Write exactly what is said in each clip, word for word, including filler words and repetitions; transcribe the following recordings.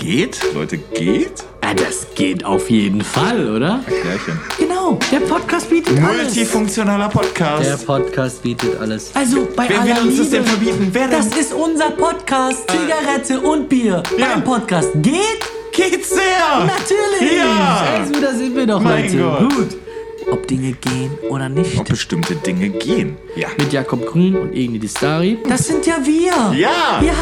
geht? Leute, geht? Ja, das geht auf jeden Fall, oder? Erklärchen. Genau, der Podcast bietet alles. Multifunktionaler Podcast. Der Podcast bietet alles. Also, bei Wer aller will uns Liebe, das denn verbieten? Wer denn? das ist unser Podcast. Zigarette und Bier. Ja. Beim Podcast geht? Geht's sehr! Natürlich! Ja! Also, da sind wir doch, Mein Leute. Gott. Gut. Ob Dinge gehen oder nicht. Ob bestimmte Dinge gehen. Ja. Mit Jakob Grün und Igni Distari. Das sind ja wir. Ja! Ja.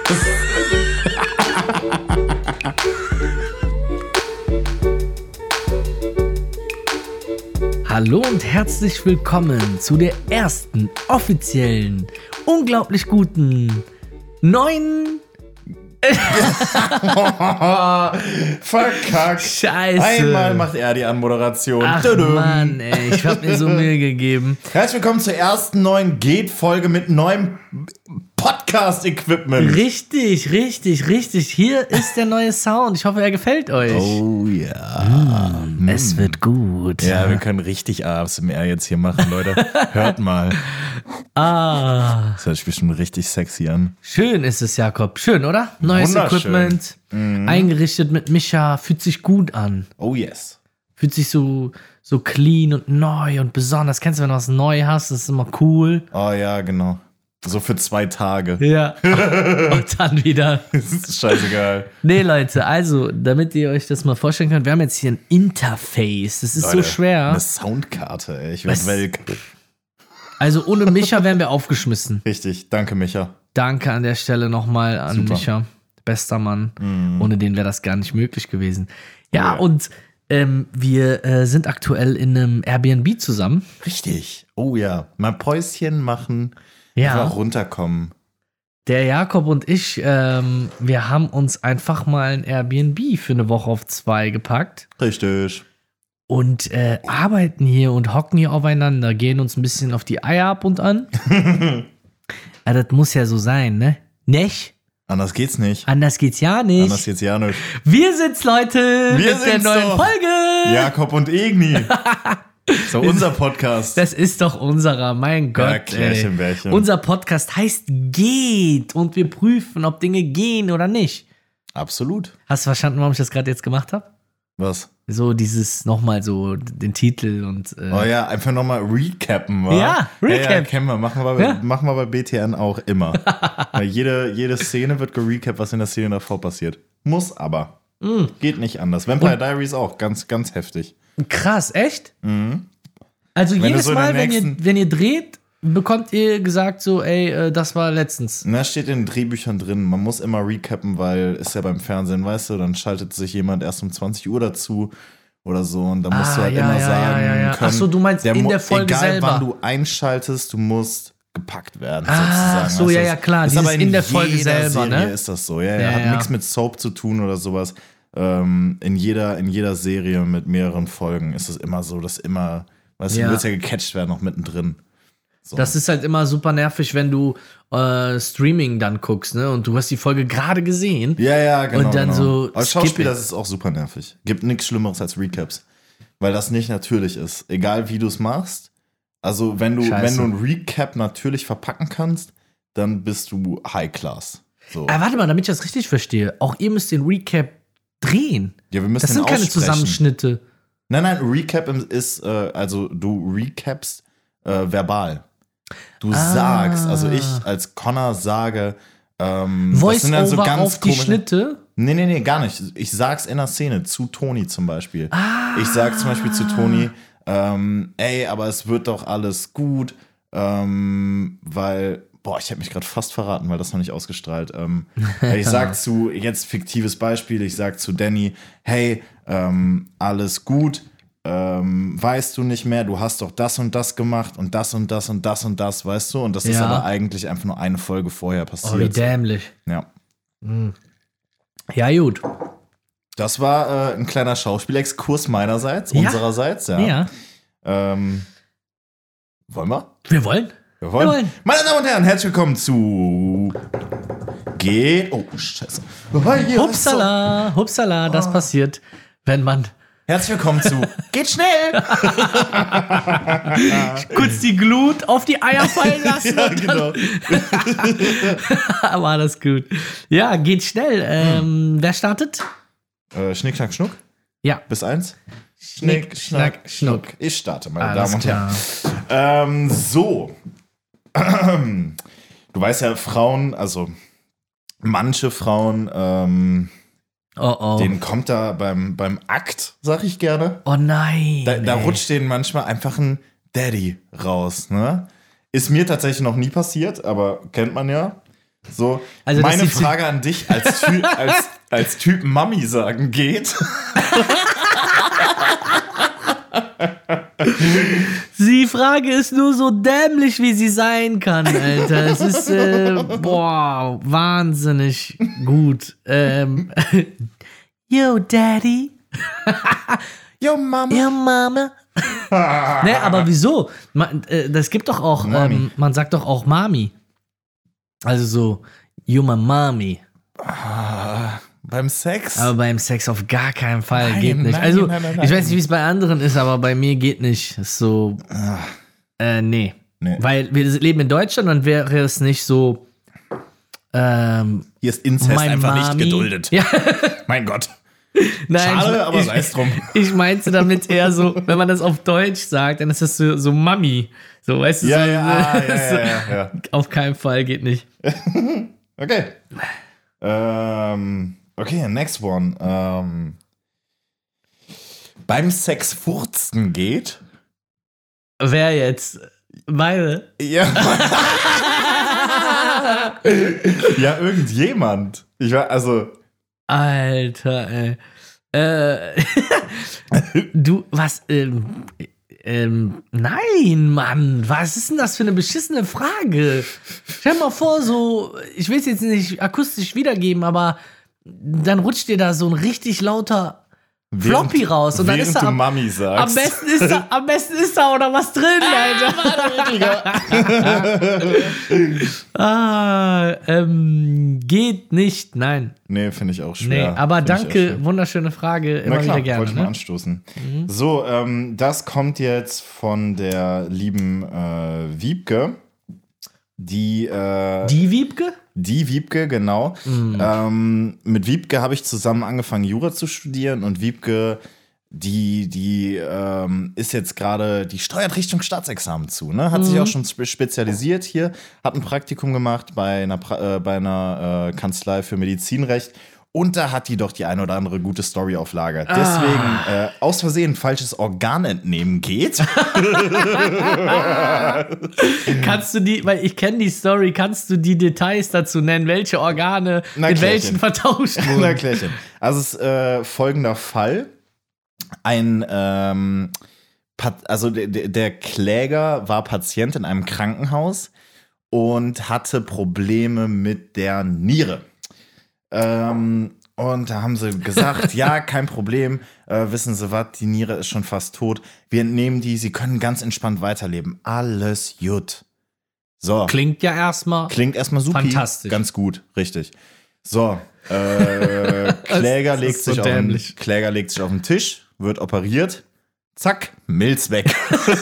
Hallo und herzlich willkommen zu der ersten offiziellen, unglaublich guten, neuen... Verkackt. Scheiße. Einmal macht er die Anmoderation. Ach Tudum. Mann, ey, ich hab mir so Mühe gegeben. Herzlich willkommen zur ersten neuen Geht-Folge mit neuem Podcast-Equipment. Richtig, richtig, richtig. Hier ist der neue Sound. Ich hoffe, er gefällt euch. Oh ja. Mm, es wird gut. Ja, wir können richtig A S M R jetzt hier machen, Leute. Hört mal. Ah, Das hört sich bestimmt richtig sexy an. schön ist es, Jakob. Schön, oder? Neues Wunderschön. Equipment, eingerichtet mit Micha. Fühlt sich gut an. Oh yes. Fühlt sich so, so clean und neu und besonders. Kennst du, wenn du was neu hast, das ist immer cool. Oh ja, genau. So für zwei Tage. Ja. Und dann wieder. Das ist scheißegal. Nee, Leute, also, damit ihr euch das mal vorstellen könnt, wir haben jetzt hier ein Interface. Das ist Leute, so schwer. Eine Soundkarte, ey. Ich Was? werde welk. Also, ohne Micha wären wir aufgeschmissen. Richtig, danke, Micha. Danke an der Stelle nochmal an Super. Micha. Bester Mann. Ohne den wäre das gar nicht möglich gewesen. Ja, Ja. und ähm, wir äh, sind aktuell in einem Airbnb zusammen. Richtig. Oh ja. Mal Päuschen machen. Ja. Einfach runterkommen. Der Jakob und ich, ähm, wir haben uns einfach mal ein Airbnb für eine Woche auf zwei gepackt Richtig. und äh, arbeiten hier und hocken hier aufeinander, gehen uns ein bisschen auf die Eier ab und an. Ja, das muss ja so sein, ne? Nicht? Anders geht's nicht. Anders geht's ja nicht. Anders geht's ja nicht. Wir sind's, Leute, Wir mit der sind's neuen doch. Folge. Jakob und Egni. So unser Podcast. Das ist doch unserer, mein Gott. Ja, Klärchen, ey. Bärchen. Unser Podcast heißt Geht und wir prüfen, ob Dinge gehen oder nicht. Absolut. Hast du verstanden, warum ich das gerade jetzt gemacht habe? Was? So dieses nochmal so den Titel und äh, Oh ja, einfach nochmal recappen, wa? Ja, Recap. Ja, ja, kennen wir. Machen wir, bei, Ja. machen wir bei B T N auch immer. Weil jede, jede Szene wird gerecapt, was in der Szene davor passiert. Muss aber. Mm. Geht nicht anders. Vampire Diaries auch. Ganz, ganz heftig. krass, echt? Also Wenn du jedes so in Mal, der wenn ihr, nächsten- wenn ihr dreht, bekommt ihr gesagt so, ey, äh, das war letztens. Und das steht in den Drehbüchern drin. Man muss immer recappen, weil ist ja beim Fernsehen, weißt du, dann schaltet sich jemand erst um zwanzig Uhr dazu oder so und dann musst Ah, du halt ja, immer ja, sagen ja, ja. können. Ach so, du meinst in mu- der Folge egal, selber. wann du einschaltest, du musst gepackt werden, Ah, sozusagen. so, weißt ja, du? ja, klar, Ist dieses aber in der Folge jeder selber, Serie ne? ist das so, ja, ja. Ja, Hat ja. nichts mit Soap zu tun oder sowas. Ähm, in, jeder, in jeder Serie mit mehreren Folgen ist es immer so, dass immer, weißt du, Ja. du willst ja gecatcht werden, noch mittendrin. So. Das ist halt immer super nervig, wenn du äh, Streaming dann guckst, ne? Und du hast die Folge gerade gesehen. Ja, ja, genau. Und dann genau. so Als skip Schauspieler it. ist es auch super nervig. Gibt nichts Schlimmeres als Recaps. Weil das nicht natürlich ist. Egal wie du es machst. Also, wenn du, Scheiße. wenn du ein Recap natürlich verpacken kannst, dann bist du High Class. So. Aber warte mal, damit ich das richtig verstehe. Auch ihr müsst den Recap drehen. Ja, wir müssen Das sind den keine aussprechen. Zusammenschnitte. Nein, nein, Recap ist, äh, also du recapst äh, verbal. Du Ah. sagst, also ich als Connor sage, ähm, das sind dann so Voice-Over ganz auf die komische- Schnitte. Nee, nee, nee, gar nicht. Ich sag's in der Szene zu Toni zum Beispiel. Ah. Ich sag zum Beispiel zu Toni, ähm, ey, aber es wird doch alles gut, ähm, weil, boah, ich habe mich gerade fast verraten, weil das noch nicht ausgestrahlt. Ähm, ich sag zu, jetzt fiktives Beispiel, ich sag zu Danny, hey, ähm, alles gut, ähm, weißt du nicht mehr, du hast doch das und das gemacht und das und das und das und das, weißt du? Und das ist Ja. aber eigentlich einfach nur eine Folge vorher Oh, wie passiert. dämlich. Ja. Ja, gut. Das war äh, ein kleiner Schauspielexkurs meinerseits, Ja. unsererseits, ja. Ja. Ähm, wollen wir? Wir wollen. Wir wollen. Wir wollen. Meine Damen und Herren, herzlich willkommen zu Geht. Oh, scheiße. Hupsala, hupsala, das passiert, wenn man Herzlich willkommen zu Geht schnell! Kurz die Glut auf die Eier fallen lassen. Ja, genau. War das gut. Ja, geht schnell. Ähm, hm. Wer startet? Äh, Schnick, Schnack, Schnuck. Ja. Bis eins. Schnick, Schnack, Schnuck. Ich starte, meine Alles Damen und klar. Herren. Ähm, so. Du weißt ja, Frauen, also manche Frauen, ähm, oh, oh. denen kommt da beim, beim Akt, sag ich gerne. Oh nein. Da, da rutscht denen manchmal einfach ein Daddy raus, ne? Ist mir tatsächlich noch nie passiert, aber kennt man ja. So, also meine Frage an dich als, Ty- als, als Typ Mami sagen geht. Die Frage ist nur so dämlich, wie sie sein kann, Alter. Es ist, äh, boah, wahnsinnig gut. Ähm, Yo, Daddy. Yo, Mama. Yo, Mama. Ne, aber wieso? Man, äh, das gibt doch auch, ähm, man sagt doch auch Mami. Also so, you my Mami. Ah, beim Sex? Aber beim Sex auf gar keinen Fall, nein, geht nicht. Nein, also, nein, nein, nein. ich weiß nicht, wie es bei anderen ist, aber bei mir geht nicht. Ist so, äh, nee. nee. Weil wir leben in Deutschland und wäre es nicht so, ähm, hier ist Inzest einfach Mami. nicht geduldet. Ja. Mein Gott. Nein, schade, ich, aber sei es drum. Ich meinte damit eher so, wenn man das auf Deutsch sagt, dann ist das so, so Mami. So, weißt du, ja, so, ja, ah, ja, ja, ja, ja. Auf keinen Fall, geht nicht. Okay. Ähm, okay, next one. Ähm, beim Sex furzen geht? Wer jetzt? Beide? Ja. Ja, irgendjemand. Ich war, also. Alter, ey. Äh, du, was, ähm, ähm, nein, Mann, was ist denn das für eine beschissene Frage? Stell dir mal vor, so, ich will es jetzt nicht akustisch wiedergeben, aber dann rutscht dir da so ein richtig lauter Floppy während, raus und dann ist da du am, Mami sagst. am besten ist da, am besten ist da oder was drin, Alter. ah, ähm, geht nicht, nein. Nee, finde ich auch schwer. Nee, aber find danke, wunderschöne Frage, immer Na klar, wieder gerne. wollte ich ne? mal anstoßen. Mhm. So, ähm, das kommt jetzt von der lieben äh, Wiebke. Die, äh, Die Wiebke? Die Wiebke, genau. Mhm. Ähm, mit Wiebke habe ich zusammen angefangen, Jura zu studieren und Wiebke, die, die ähm, ist jetzt gerade, die steuert Richtung Staatsexamen zu, ne? Hat mhm. sich auch schon spe- spezialisiert hier, hat ein Praktikum gemacht bei einer, pra- äh, bei einer äh, Kanzlei für Medizinrecht. Und da hat die doch die eine oder andere gute Story auf Lager. Ah. Deswegen äh, aus Versehen falsches Organ entnehmen geht. Kannst du die, weil ich kenne die Story, kannst du die Details dazu nennen, welche Organe Na, mit Klärchen. welchen vertauscht wurden? Na, Klärchen. Also es ist äh, folgender Fall. Ein, ähm, Pat- also der, der Kläger war Patient in einem Krankenhaus und hatte Probleme mit der Niere. Ähm, und da haben sie gesagt, ja, kein Problem, äh, wissen Sie was, die Niere ist schon fast tot. Wir entnehmen die, Sie können ganz entspannt weiterleben. Alles gut. So. Klingt ja erstmal Klingt erstmal super. fantastisch. Ganz gut, richtig. So, äh, Kläger, das legt ist so sich auf den, dämlich. Kläger legt sich auf den Tisch, wird operiert, zack, Milz weg.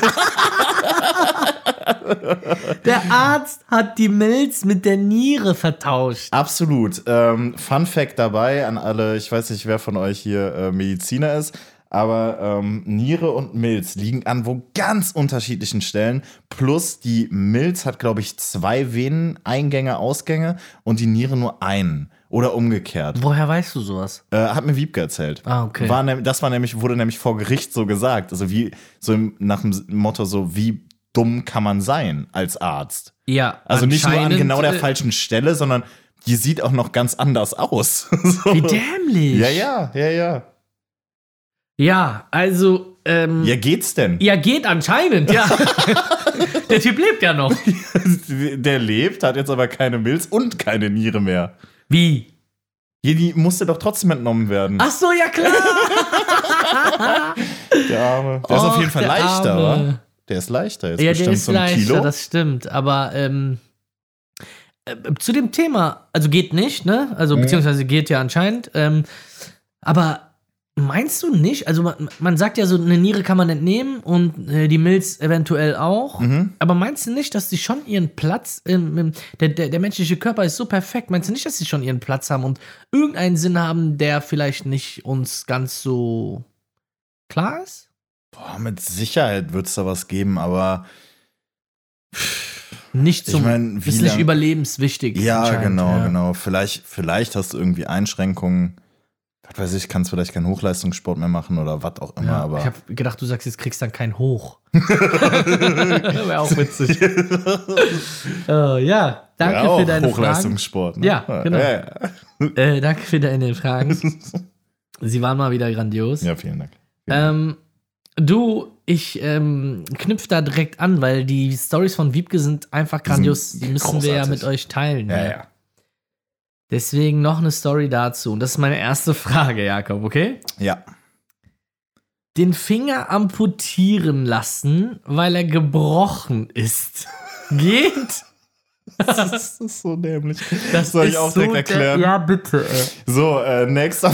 Der Arzt hat die Milz mit der Niere vertauscht. Absolut. Ähm, Fun Fact dabei an alle, ich weiß nicht, wer von euch hier äh, Mediziner ist, aber ähm, Niere und Milz liegen an wo ganz unterschiedlichen Stellen. Plus die Milz hat, glaube ich, zwei Veneneingänge, Ausgänge und die Niere nur einen. Oder umgekehrt. Woher weißt du sowas? Äh, hat mir Wiebke erzählt. Ah, okay. War ne- das war nämlich, wurde nämlich vor Gericht so gesagt. Also wie, so im, nach dem Motto so, wie dumm kann man sein als Arzt? Ja, Also nicht nur an genau der äh, falschen Stelle, sondern die sieht auch noch ganz anders aus. So. Wie dämlich. Ja, ja, ja, ja. Ja, also, ähm, Ja, geht's denn? ja, geht anscheinend, ja. Der Typ lebt ja noch. Der lebt, hat jetzt aber keine Milz und keine Niere mehr. Wie? Ja, die musste doch trotzdem entnommen werden. Ach so, ja klar. Der Arme. Der ist Och, auf jeden Fall der leichter, Arme. wa? Der ist leichter. Jetzt Ja, bestimmt der ist so ein leichter, Kilo. das stimmt. Aber ähm, äh, zu dem Thema, also geht nicht, ne? Also Mhm. beziehungsweise geht ja anscheinend. Ähm, aber meinst du nicht? Also man, man sagt ja so, eine Niere kann man entnehmen und äh, die Milz eventuell auch. Mhm. Aber meinst du nicht, dass sie schon ihren Platz, im, im, der, der, der menschliche Körper ist so perfekt, meinst du nicht, dass sie schon ihren Platz haben und irgendeinen Sinn haben, der vielleicht nicht uns ganz so klar ist? Boah, mit Sicherheit wird es da was geben, aber nicht zum, ich mein, wie ist nicht lang- überlebenswichtig. ja, anscheinend, genau, ja. genau. Vielleicht, vielleicht hast du irgendwie Einschränkungen. Was weiß ich, kannst vielleicht keinen Hochleistungssport mehr machen oder was auch immer, Ja, aber. ich habe gedacht, du sagst, jetzt kriegst dann kein Hoch. Wäre auch witzig. Oh, ja, danke ja, auch für deine Fragen. Hochleistungssport, ne? Ja, genau. Ja, ja. Äh, danke für deine Fragen. Sie waren mal wieder grandios. Ja, vielen Dank. Ähm, du, ich ähm, knüpfe da direkt an, weil die Stories von Wiebke sind einfach grandios. sind Die müssen wir ja großartig. mit euch teilen. Ja, ne? ja. Deswegen noch eine Story dazu. Und das ist meine erste Frage, Jakob, okay? Ja. Den Finger amputieren lassen, weil er gebrochen ist. Geht? Das ist so dämlich. Das soll ich ist auch so direkt der- erklären? Ja, bitte. Ey. So, äh, nächster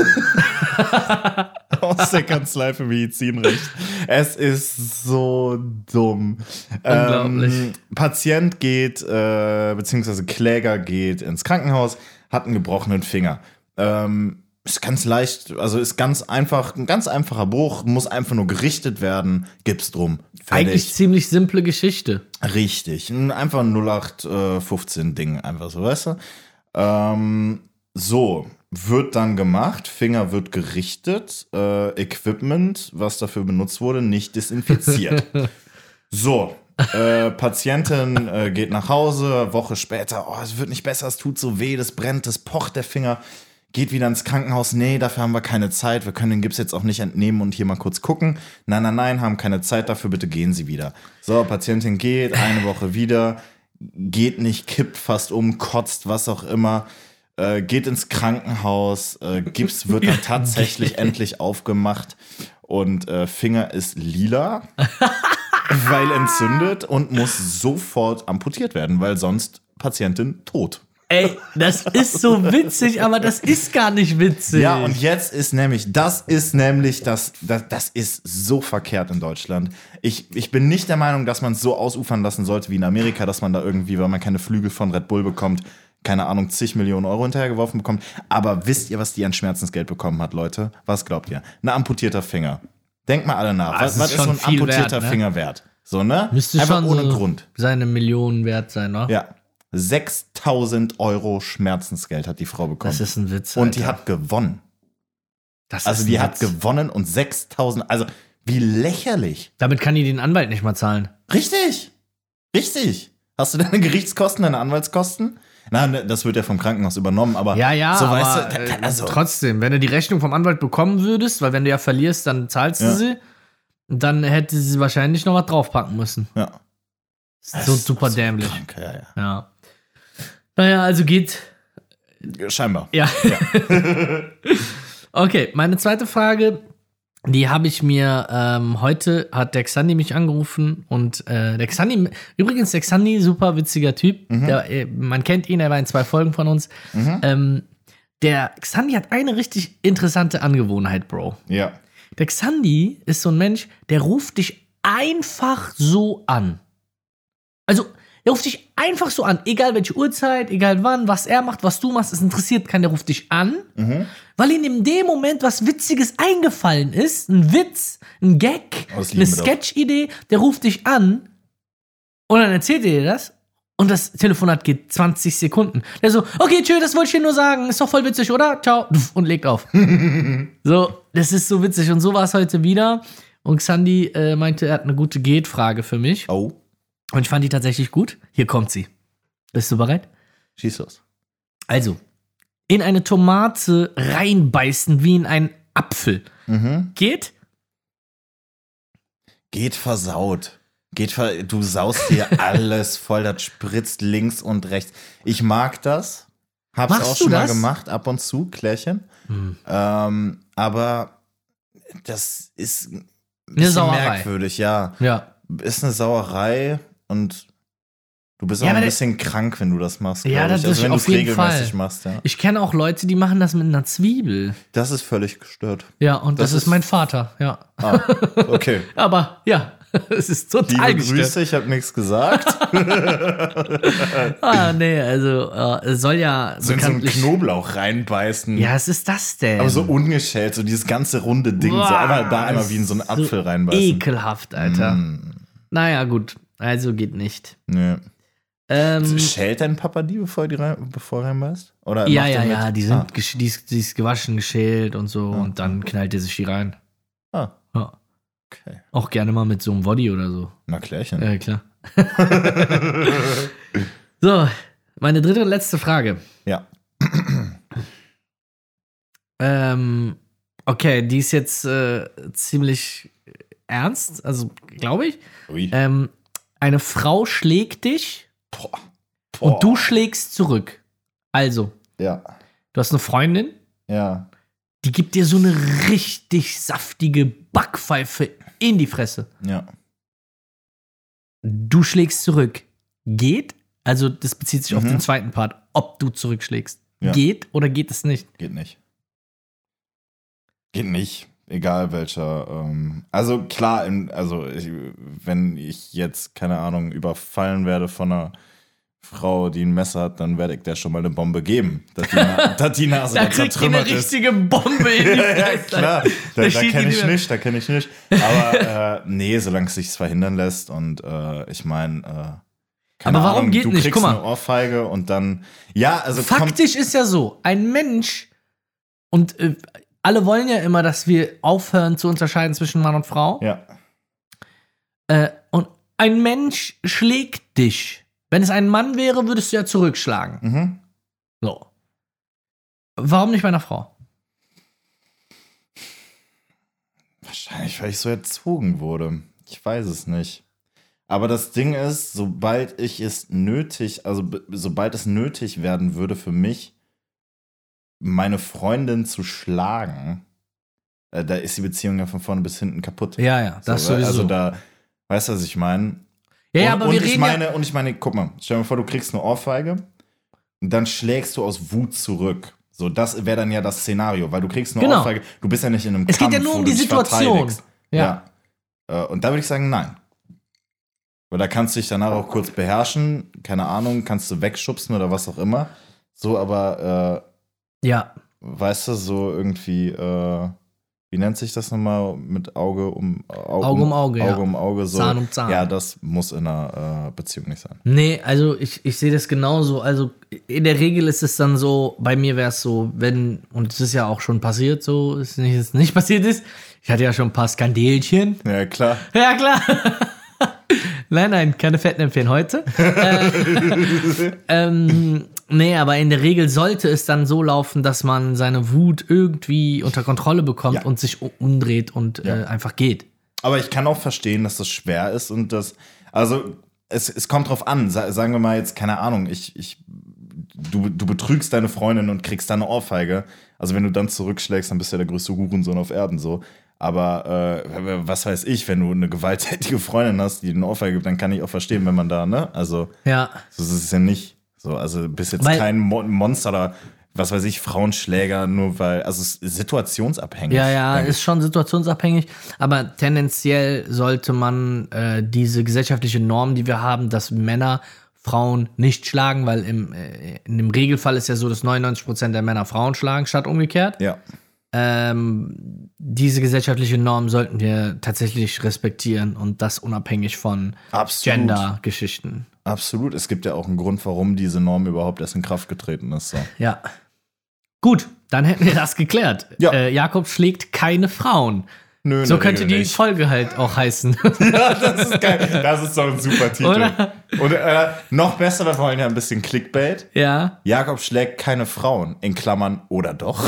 Fall. Aus der Kanzlei für Medizinrecht. Es ist so dumm. Unglaublich. Ähm, Patient geht, äh, beziehungsweise Kläger geht ins Krankenhaus, hat einen gebrochenen Finger. Ähm, ist ganz leicht, also ist ganz einfach, ein ganz einfacher Bruch, muss einfach nur gerichtet werden, Gips drum. Fertig. Eigentlich ziemlich simple Geschichte. Richtig, ein- einfach ein null acht fünfzehn Ding, einfach so, weißt du? Ähm, so, wird dann gemacht, Finger wird gerichtet, äh, Equipment, was dafür benutzt wurde, nicht desinfiziert. So, äh, Patientin äh, geht nach Hause, Woche später, oh, es wird nicht besser, es tut so weh, das brennt, das pocht der Finger. Geht wieder ins Krankenhaus, nee, dafür haben wir keine Zeit, wir können den Gips jetzt auch nicht entnehmen und hier mal kurz gucken. Nein, nein, nein, haben keine Zeit dafür, bitte gehen Sie wieder. So, Patientin geht, eine Woche wieder, geht nicht, kippt fast um, kotzt, was auch immer, äh, geht ins Krankenhaus, äh, Gips wird dann tatsächlich endlich aufgemacht und äh, Finger ist lila, weil entzündet und muss sofort amputiert werden, weil sonst Patientin tot. Ey, das ist so witzig, aber das ist gar nicht witzig. Ja, und jetzt ist nämlich, das ist nämlich, das, das, das ist so verkehrt in Deutschland. Ich, ich bin nicht der Meinung, dass man es so ausufern lassen sollte wie in Amerika, dass man da irgendwie, weil man keine Flügel von Red Bull bekommt, keine Ahnung, zig Millionen Euro hinterhergeworfen bekommt. Aber wisst ihr, was die an Schmerzensgeld bekommen hat, Leute? Was glaubt ihr? Ein amputierter Finger. Denkt mal alle nach. Ah, was das was ist ist so schon ein viel amputierter wert, ne? Finger wert? So, ne? Müsste Einfach schon ohne so Grund. seine Millionen wert sein, ne? Ja. sechstausend Euro Schmerzensgeld hat die Frau bekommen. Das ist ein Witz. Und die Alter. hat gewonnen. Das Also ist die ein hat Witz. gewonnen und sechstausend, also wie lächerlich. Damit kann die den Anwalt nicht mal zahlen. Richtig, richtig. Hast du deine Gerichtskosten, deine Anwaltskosten? Na, ne, das wird ja vom Krankenhaus übernommen, aber Ja, ja, so aber weißt du, äh, da- also, trotzdem, wenn du die Rechnung vom Anwalt bekommen würdest, weil wenn du ja verlierst, dann zahlst du Ja. sie, dann hätte sie wahrscheinlich noch was draufpacken müssen. ja. So super dämlich. Krank, ja, ja. Ja. Naja, also geht. Scheinbar. Ja. Okay, meine zweite Frage, die habe ich mir ähm, heute, hat der Xandi mich angerufen und äh, der Xandi, übrigens der Xandi, super witziger Typ, der, äh, man kennt ihn, er war in zwei Folgen von uns. Mhm. Ähm, der Xandi hat eine richtig interessante Angewohnheit, Bro. Ja. Der Xandi ist so ein Mensch, der ruft dich einfach so an. Also, der ruft dich einfach so an, egal welche Uhrzeit, egal wann, was er macht, was du machst, es interessiert keinen, der ruft dich an, Mhm. weil ihm in dem Moment was Witziges eingefallen ist, ein Witz, ein Gag, Oh, das eine lieben wir doch. Sketch-Idee, der ruft dich an und dann erzählt er dir das und das Telefonat geht zwanzig Sekunden. Der so, okay, tschö, das wollte ich dir nur sagen, ist doch voll witzig, oder? Ciao, und legt auf. So, das ist so witzig und so war es heute wieder und Xandi äh, meinte, er hat eine gute Geht-Frage für mich. Oh, Und ich fand die tatsächlich gut. Hier kommt sie. Bist du bereit? schieß los. Also, in eine Tomate reinbeißen wie in einen Apfel. Mhm. Geht? Geht versaut. Geht ver du saust dir alles voll, das spritzt links und rechts. Ich mag das. Hab's Machst auch du schon mal das? gemacht, ab und zu, Klärchen. Hm. Ähm, aber das ist ein Eine bisschen Sauerei. merkwürdig, ja. Ja. Ist eine Sauerei und Du bist Ja, auch ein aber bisschen krank, wenn du das machst. Ja, glaub das ich. Also ist wenn du auf es jeden regelmäßig Fall. machst, ja. Ich kenne auch Leute, die machen das mit einer Zwiebel. Das ist völlig gestört. Ja, und das, Das ist ist- mein Vater, ja. Ah, okay. Aber ja, es ist total Liebe gestört. Grüße, ich habe nichts gesagt. Ah, nee, also äh, es soll ja So in so einen bekanntlich... Knoblauch reinbeißen. Ja, was ist das denn? Aber so ungeschält, so dieses ganze runde Ding. so Boah, einmal da, einmal wie in so einen Apfel reinbeißen. Ekelhaft, Alter. Mm. Naja, gut. Also geht nicht. Nee. Ähm, Schält dein Papa die, bevor, die rein, bevor er reinbeißt? Oder ja, macht ja, er mit? ja, die sind, Ah, gesch- die, ist, die ist gewaschen, geschält und so und dann knallt er sich die rein. ah, Ja. okay. Auch gerne mal mit so einem Body oder so. Na klärchen. Ja, klar. So, meine dritte und letzte Frage. Ja. Ähm, okay, die ist jetzt äh, ziemlich ernst, also glaube ich. Ui. Ähm, eine Frau schlägt dich Boah. Boah. und du schlägst zurück. Also, Ja. du hast eine Freundin, Ja. die gibt dir so eine richtig saftige Backpfeife in die Fresse. Ja. Du schlägst zurück. Geht? Also, das bezieht sich auf Mhm. den zweiten Part, ob du zurückschlägst. Ja. Geht oder geht es nicht? Geht nicht. Geht nicht. Egal welcher. Ähm, also klar, in, also ich, wenn ich jetzt, keine Ahnung, überfallen werde von einer Frau, die ein Messer hat, dann werde ich der schon mal eine Bombe geben. Dass die, Na dass die Nase Da dann kriegt die eine zertrümmert ist. richtige Bombe in die Ja, Fresse. klar. Da, Da da schießt kenne die ich dir- nicht, da kenne ich nicht. Aber äh, nee, solange es sich verhindern lässt und äh, ich meine, äh, keine Aber warum Ahnung, geht du nicht? kriegst Guck mal. eine Ohrfeige und dann, ja, also kommt, Faktisch ist ja so, ein Mensch, und äh, alle wollen ja immer, dass wir aufhören zu unterscheiden zwischen Mann und Frau. ja, Äh, und ein Mensch schlägt dich. Wenn es ein Mann wäre, würdest du ja zurückschlagen. mhm. So. Warum nicht bei einer Frau? Wahrscheinlich, weil ich so erzogen wurde. Ich weiß es nicht. Aber das Ding ist, sobald ich es nötig, also b- sobald es nötig werden würde für mich, meine Freundin zu schlagen, äh, da ist die Beziehung ja von vorne bis hinten kaputt. Ja, ja, das so, sowieso. Also da, weißt du, was ich meine? ja, ja, und, aber und wir ich reden meine, ja. und ich meine, guck mal, stell dir mal vor, du kriegst eine Ohrfeige und dann schlägst du aus Wut zurück. So, das wäre dann ja das Szenario, weil du kriegst eine Genau. Ohrfeige, du bist ja nicht in einem Es Kampf, geht ja nur wo um du die dich Situation. verteidigst. Ja. Ja. Äh, Und da würde ich sagen, nein. Weil da kannst du dich danach auch kurz beherrschen, keine Ahnung, kannst du wegschubsen oder was auch immer. So, aber, Ja. äh, weißt du, so irgendwie, äh, wie nennt sich das nochmal mit Auge um Auge, Auge um Auge, Auge ja. um Auge, so. Zahn um Zahn. Ja, das muss in einer äh, Beziehung nicht sein. Nee, also ich, ich sehe das genauso. Also in der Regel ist es dann so, bei mir wäre es so, wenn, und es ist ja auch schon passiert, so, ist nicht, dass es nicht passiert ist. Ich hatte ja schon ein paar Skandelchen. Ja, klar. Ja, klar. Nein, nein, keine Fettnäpfchen heute. äh, ähm, nee, aber in der Regel sollte es dann so laufen, dass man seine Wut irgendwie unter Kontrolle bekommt Ja. und sich u- umdreht und Ja. äh, einfach geht. Aber ich kann auch verstehen, dass das schwer ist und das, also es, es kommt drauf an. Sa sagen wir mal jetzt, keine Ahnung, ich, ich, du, du betrügst deine Freundin und kriegst dann eine Ohrfeige. Also wenn du dann zurückschlägst, dann bist du ja der größte Hurensohn auf Erden so. Aber äh, was weiß ich, wenn du eine gewalttätige Freundin hast, die eine Ohrfeige gibt, dann kann ich auch verstehen, wenn man da, ne? Also Ja. das ist es ja nicht so. Also du bist jetzt Weil- kein Mo Monster oder was weiß ich, Frauenschläger, nur weil, also es ist situationsabhängig. Ja, ja, denke ist schon situationsabhängig, aber tendenziell sollte man äh, diese gesellschaftliche Norm, die wir haben, dass Männer Frauen nicht schlagen, weil im, äh, in dem Regelfall ist ja so, dass neunundneunzig Prozent der Männer Frauen schlagen, statt umgekehrt. ich. Ja. Ähm, diese gesellschaftliche Norm sollten wir tatsächlich respektieren und das unabhängig von Absolut. Gender-Geschichten. Absolut. Es gibt ja auch einen Grund, warum diese Norm überhaupt erst in Kraft getreten ist. So. Ja. Gut, dann hätten wir das geklärt. Ja. Äh, Jakob schlägt keine Frauen. Nö, in So der könnte Regel die nicht. Folge halt auch heißen. Ja, das ist geil. Das ist doch ein super Titel. Oder? Und äh, noch besser, wir wollen ja ein bisschen Clickbait. Ja. Jakob schlägt keine Frauen, in Klammern oder doch.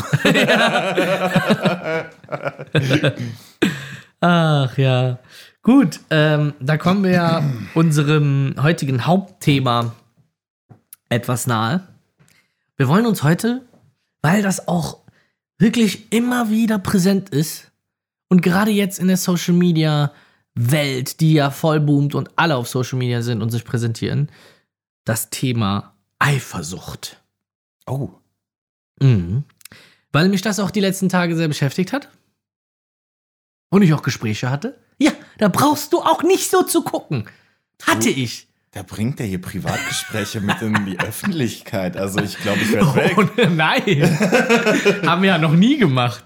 Ach ja. Gut, ähm, da kommen wir ja unserem heutigen Hauptthema etwas nahe. Wir wollen uns heute, weil das auch wirklich immer wieder präsent ist und gerade jetzt in der Social Media Welt, die ja voll boomt und alle auf Social Media sind und sich präsentieren, das Thema Eifersucht. Oh. Mhm. Weil mich das auch die letzten Tage sehr beschäftigt hat. Und ich auch Gespräche hatte. Ja, da brauchst du auch nicht so zu gucken. Hatte ich. Da bringt er hier Privatgespräche mit in die Öffentlichkeit. Also ich glaube, ich werde weg. Oh, nein. Haben wir ja noch nie gemacht.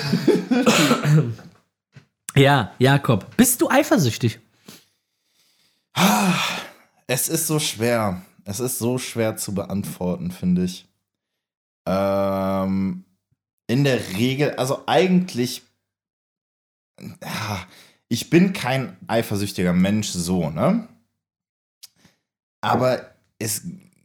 Ja, Jakob, bist du eifersüchtig? Es ist so schwer. Es ist so schwer zu beantworten, finde ich. Ähm, in der Regel, also eigentlich, ja, ich bin kein eifersüchtiger Mensch, so, ne? Aber es,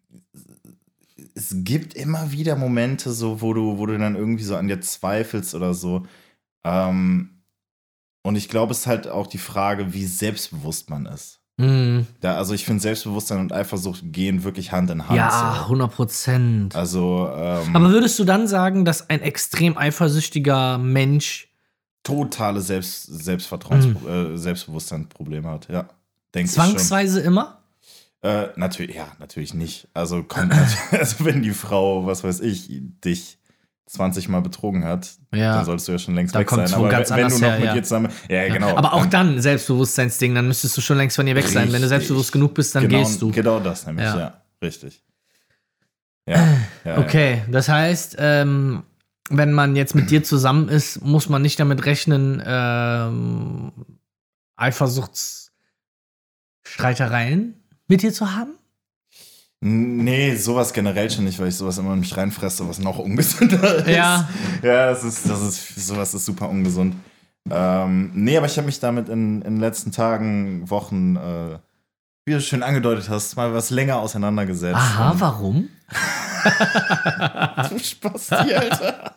es gibt immer wieder Momente, so, wo du, wo du dann irgendwie so an dir zweifelst oder so. Ähm, und ich glaube, es ist halt auch die Frage, wie selbstbewusst man ist. Mhm. Da, also ich finde, Selbstbewusstsein und Eifersucht gehen wirklich Hand in Hand. Ja, so. hundert Prozent. Also, ähm, Aber würdest du dann sagen, dass ein extrem eifersüchtiger Mensch totale Selbst, Selbstvertrauens, Mhm. äh, Selbstbewusstseinsprobleme hat, ja. Denke ich schon. zwangsweise immer? Äh, natürlich, ja, natürlich nicht. Also, kommt natürlich, also wenn die Frau, was weiß ich, dich zwanzig Mal betrogen hat, Ja. dann solltest du ja schon längst Da weg kommt's sein. schon Aber ganz wenn, wenn du anders noch her, mit ja. ihr zusammen. Ja, genau. Aber auch dann Selbstbewusstseinsding, dann müsstest du schon längst von ihr weg sein. Wenn du Richtig. selbstbewusst genug bist, dann genau, gehst du. Genau das nämlich, Ja. ja. Richtig. Ja, ja, Okay, das heißt, ähm, wenn man jetzt mit dir zusammen ist, muss man nicht damit rechnen, ähm, Eifersuchtsstreitereien mit dir zu haben? Nee, sowas generell schon nicht, weil ich sowas immer in mich reinfresse, was noch ungesünder ist. Ja. Ja, das ist, das ist, sowas ist super ungesund. Ähm, nee, aber ich habe mich damit in, in den letzten Tagen, Wochen, äh, wie du schön angedeutet hast, mal was länger auseinandergesetzt. Aha, warum? Du Spasti, Alter.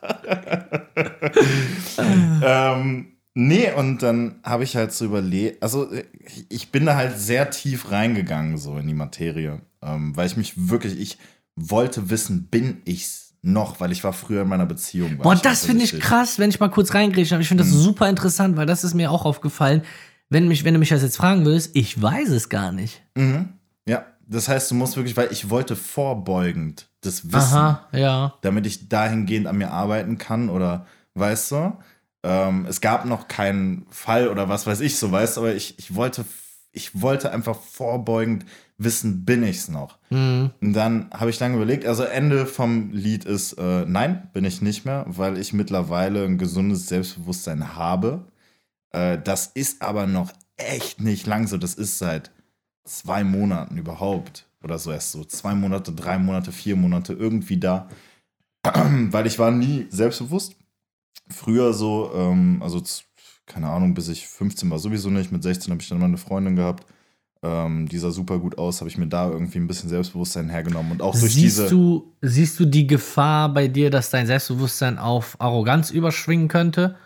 ähm, nee, und dann habe ich halt so überlegt, also ich bin da halt sehr tief reingegangen so in die Materie, ähm, weil ich mich wirklich, ich wollte wissen, bin ich's noch, weil ich war früher in meiner Beziehung. Boah, das finde ich krass, wenn ich mal kurz reingrätsche. Ich finde das Mhm. super interessant, weil das ist mir auch aufgefallen. Wenn, mich, wenn du mich das jetzt fragen würdest, ich weiß es gar nicht. Mhm. Ja, das heißt, du musst wirklich, weil ich wollte vorbeugend das wissen, Aha, ja. damit ich dahingehend an mir arbeiten kann oder, weißt du, ähm, es gab noch keinen Fall oder was weiß ich so, weißt du, aber ich, ich wollte, ich wollte einfach vorbeugend wissen, bin ich's noch. Mhm. Und dann habe ich lange überlegt, also Ende vom Lied ist, äh, nein, bin ich nicht mehr, weil ich mittlerweile ein gesundes Selbstbewusstsein habe. Äh, das ist aber noch echt nicht lang so, das ist seit zwei Monaten überhaupt. Oder so erst so zwei Monate, drei Monate, vier Monate irgendwie da. Weil ich war nie selbstbewusst. Früher so, ähm, also z- keine Ahnung, bis ich fünfzehn war sowieso nicht. Mit sechzehn habe ich dann mal eine Freundin gehabt. Ähm, die sah super gut aus, habe ich mir da irgendwie ein bisschen Selbstbewusstsein hergenommen. Und auch durch Siehst diese. du, siehst du die Gefahr bei dir, dass dein Selbstbewusstsein auf Arroganz überschwingen könnte?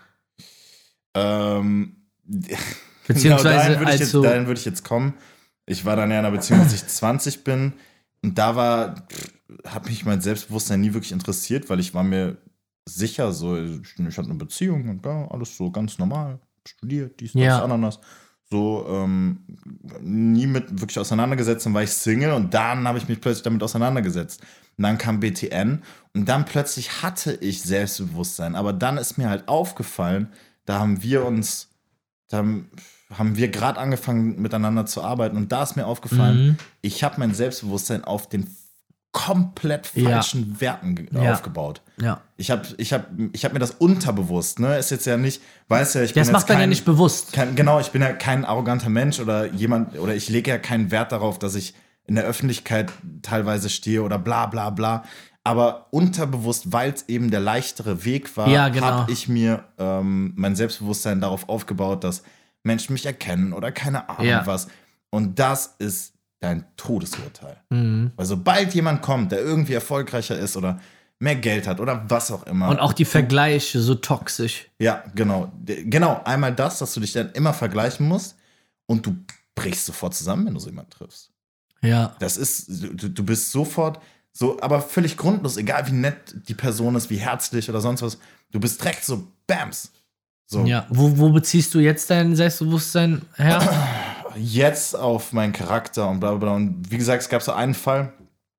Ähm, Beziehungsweise genau, dahin würde ich, also- jetzt- dahin würde ich jetzt kommen. Ich war dann ja in einer Beziehung, als ich zwanzig bin. Und da war, hat mich mein Selbstbewusstsein nie wirklich interessiert, weil ich war mir sicher, so, ich, ich hatte eine Beziehung und ja, alles so ganz normal, studiert, dies, das, Ja. Ananas. So, ähm, nie mit wirklich auseinandergesetzt, dann war ich Single und dann habe ich mich plötzlich damit auseinandergesetzt. Und dann kam B T N und dann plötzlich hatte ich Selbstbewusstsein. Aber dann ist mir halt aufgefallen, da haben wir uns, da haben, haben wir gerade angefangen miteinander zu arbeiten und da ist mir aufgefallen, Mhm. ich habe mein Selbstbewusstsein auf den komplett Ja. falschen Werten ge- Ja. aufgebaut. Ja. Ich habe ich hab, ich hab mir das unterbewusst, ne? Ist jetzt ja nicht, weiß ja, ich bin Das jetzt macht man ja kein- nicht bewusst. kein, genau, ich bin ja kein arroganter Mensch oder jemand, oder ich lege ja keinen Wert darauf, dass ich in der Öffentlichkeit teilweise stehe oder bla bla bla. Aber unterbewusst, weil es eben der leichtere Weg war, Ja, genau. habe ich mir ähm, mein Selbstbewusstsein darauf aufgebaut, dass Menschen mich erkennen oder keine Ahnung Ja. was. Und das ist dein Todesurteil. Mhm. Weil sobald jemand kommt, der irgendwie erfolgreicher ist oder mehr Geld hat oder was auch immer. Und auch die Vergleiche so toxisch. Ja, genau. D- Genau, einmal das, dass du dich dann immer vergleichen musst und du brichst sofort zusammen, wenn du so jemanden triffst. Ja. Das ist, du, du bist sofort so, aber völlig grundlos, egal wie nett die Person ist, wie herzlich oder sonst was, du bist direkt so Bams. So. Ja. Wo, wo beziehst du jetzt dein Selbstbewusstsein her? jetzt auf meinen Charakter und bla bla bla. Und wie gesagt, es gab so einen Fall,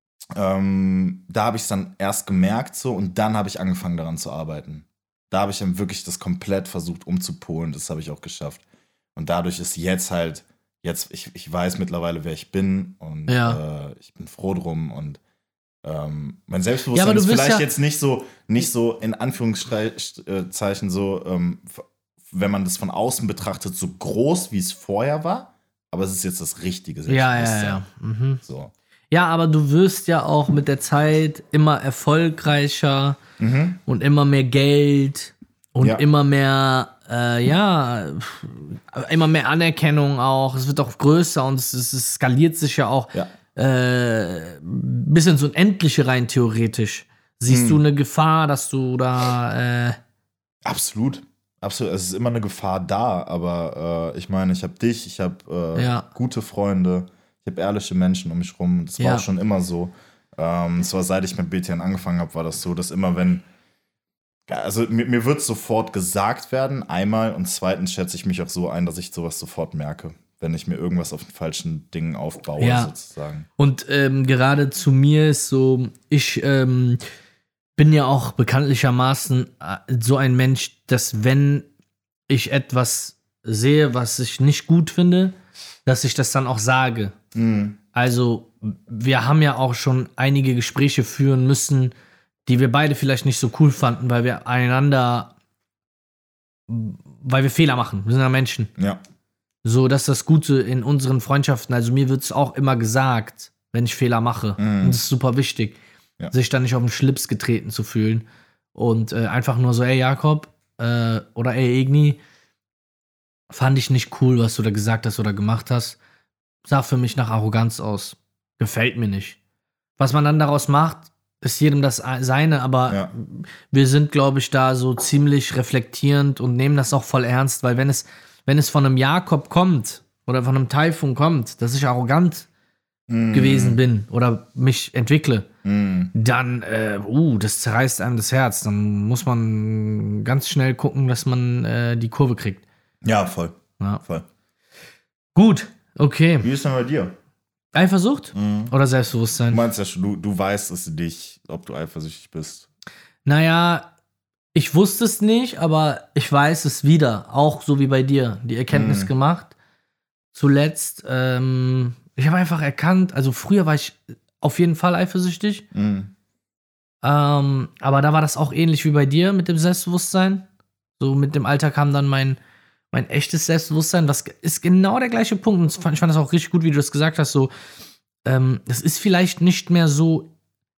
ähm, da habe ich es dann erst gemerkt so und dann habe ich angefangen daran zu arbeiten. Da habe ich dann wirklich das komplett versucht umzupolen. Das habe ich auch geschafft. Und dadurch ist jetzt halt, jetzt, ich, ich weiß mittlerweile, wer ich bin und Ja. äh, ich bin froh drum und ähm, mein Selbstbewusstsein Ja, aber du ist bist vielleicht ja- jetzt nicht so, nicht so in Anführungszeichen so, ähm, f- wenn man das von außen betrachtet, so groß, wie es vorher war, aber es ist jetzt das richtige Ja, ja, Selbstbewusstsein. ja. Mhm. So. Ja, aber du wirst ja auch mit der Zeit immer erfolgreicher Mhm. und immer mehr Geld und Ja. immer mehr, äh, ja, immer mehr Anerkennung auch. Es wird auch größer und es, es, es skaliert sich ja auch Ja. äh, bis ins Unendliche rein theoretisch. Siehst Hm. du eine Gefahr, dass du da, äh, Absolut. Absolut. Es ist immer eine Gefahr da, aber äh, ich meine, ich habe dich, ich habe äh, Ja. gute Freunde, ich habe ehrliche Menschen um mich rum. Das war Ja. auch schon immer so. Ähm, es war, seit ich mit B T N angefangen habe, war das so, dass immer wenn, ja, also mir, mir wird sofort gesagt werden, einmal, und zweitens schätze ich mich auch so ein, dass ich sowas sofort merke, wenn ich mir irgendwas auf den falschen Dingen aufbaue, Ja. sozusagen. Und ähm, gerade zu mir ist so, ich ähm, bin ja auch bekanntlichermaßen äh, so ein Mensch, dass wenn ich etwas sehe, was ich nicht gut finde, dass ich das dann auch sage. Mhm. Also wir haben ja auch schon einige Gespräche führen müssen, die wir beide vielleicht nicht so cool fanden, weil wir einander, weil wir Fehler machen. Wir sind ja Menschen. Ja. So, das ist das Gute in unseren Freundschaften. Also mir wird es auch immer gesagt, wenn ich Fehler mache. Mhm. Und das ist super wichtig, Ja. sich dann nicht auf den Schlips getreten zu fühlen. Und äh, einfach nur so, ey Jakob äh, oder ey Igni, fand ich nicht cool, was du da gesagt hast oder gemacht hast. Sah für mich nach Arroganz aus. Gefällt mir nicht. Was man dann daraus macht, ist jedem das seine, aber Ja. wir sind, glaube ich, da so ziemlich reflektierend und nehmen das auch voll ernst, weil wenn es, wenn es von einem Jakob kommt oder von einem Taifun kommt, dass ich arrogant Mhm. gewesen bin oder mich entwickle, Mhm. dann, äh, uh, das zerreißt einem das Herz. Dann muss man ganz schnell gucken, dass man äh, die Kurve kriegt. Ja, voll. Ja. voll. Gut, okay. Wie ist denn bei dir? Eifersucht Mhm. oder Du Selbstbewusstsein? meinst ja schon, du, du weißt es nicht, ob du eifersüchtig bist. Naja, ich wusste es nicht, aber ich weiß es wieder. Auch so wie bei dir. Die Erkenntnis Mhm. gemacht. Zuletzt, ähm, ich habe einfach erkannt, also früher war ich auf jeden Fall eifersüchtig. Mhm. Ähm, aber da war das auch ähnlich wie bei dir mit dem Selbstbewusstsein. So mit dem Alter kam dann mein, mein echtes Selbstbewusstsein. Was ist genau der gleiche Punkt. Und ich fand, ich fand das auch richtig gut, wie du das gesagt hast. So, ähm, das ist vielleicht nicht mehr so,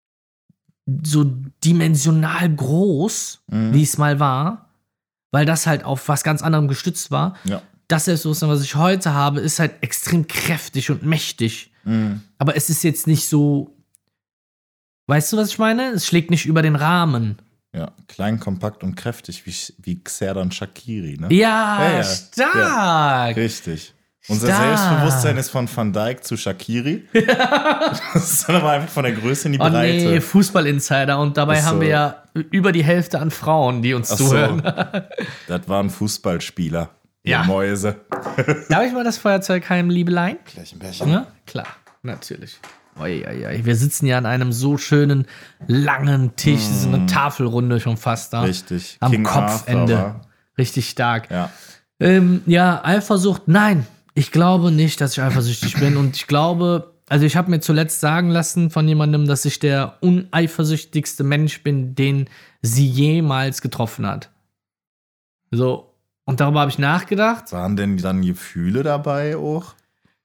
so dimensional groß, Mhm. wie es mal war, weil das halt auf was ganz anderem gestützt war. Ja. Das Selbstbewusstsein, was ich heute habe, ist halt extrem kräftig und mächtig. Mhm. Aber es ist jetzt nicht so. Weißt du, was ich meine? Es schlägt nicht über den Rahmen. Ja, klein, kompakt und kräftig, wie, wie Xerdan Shaqiri, ne? Ja, Ja, ja. stark. Richtig. Unser Stark. Selbstbewusstsein ist von Van Dijk zu Shaqiri. Das ist dann aber einfach von der Größe in die Oh Breite. nee, Fußball-Insider. Und dabei Ist haben so. wir ja über die Hälfte an Frauen, die uns Ach so. zuhören. Das waren Fußballspieler. ihr Ja. Mäuse. Darf ich mal das Feuerzeug heim, Liebelein? Gleich ein Bärchen. Ja? Klar, natürlich. Oi, oi, oi. Wir sitzen ja an einem so schönen, langen Tisch. Das ist eine Tafelrunde schon fast da. Richtig. Am King Kopfende. Arthur war- Richtig stark. Ja. Ähm, ja, Eifersucht, nein. Ich glaube nicht, dass ich eifersüchtig bin. Und ich glaube, also ich habe mir zuletzt sagen lassen von jemandem, dass ich der uneifersüchtigste Mensch bin, den sie jemals getroffen hat. So. Und darüber habe ich nachgedacht. Waren denn dann Gefühle dabei auch?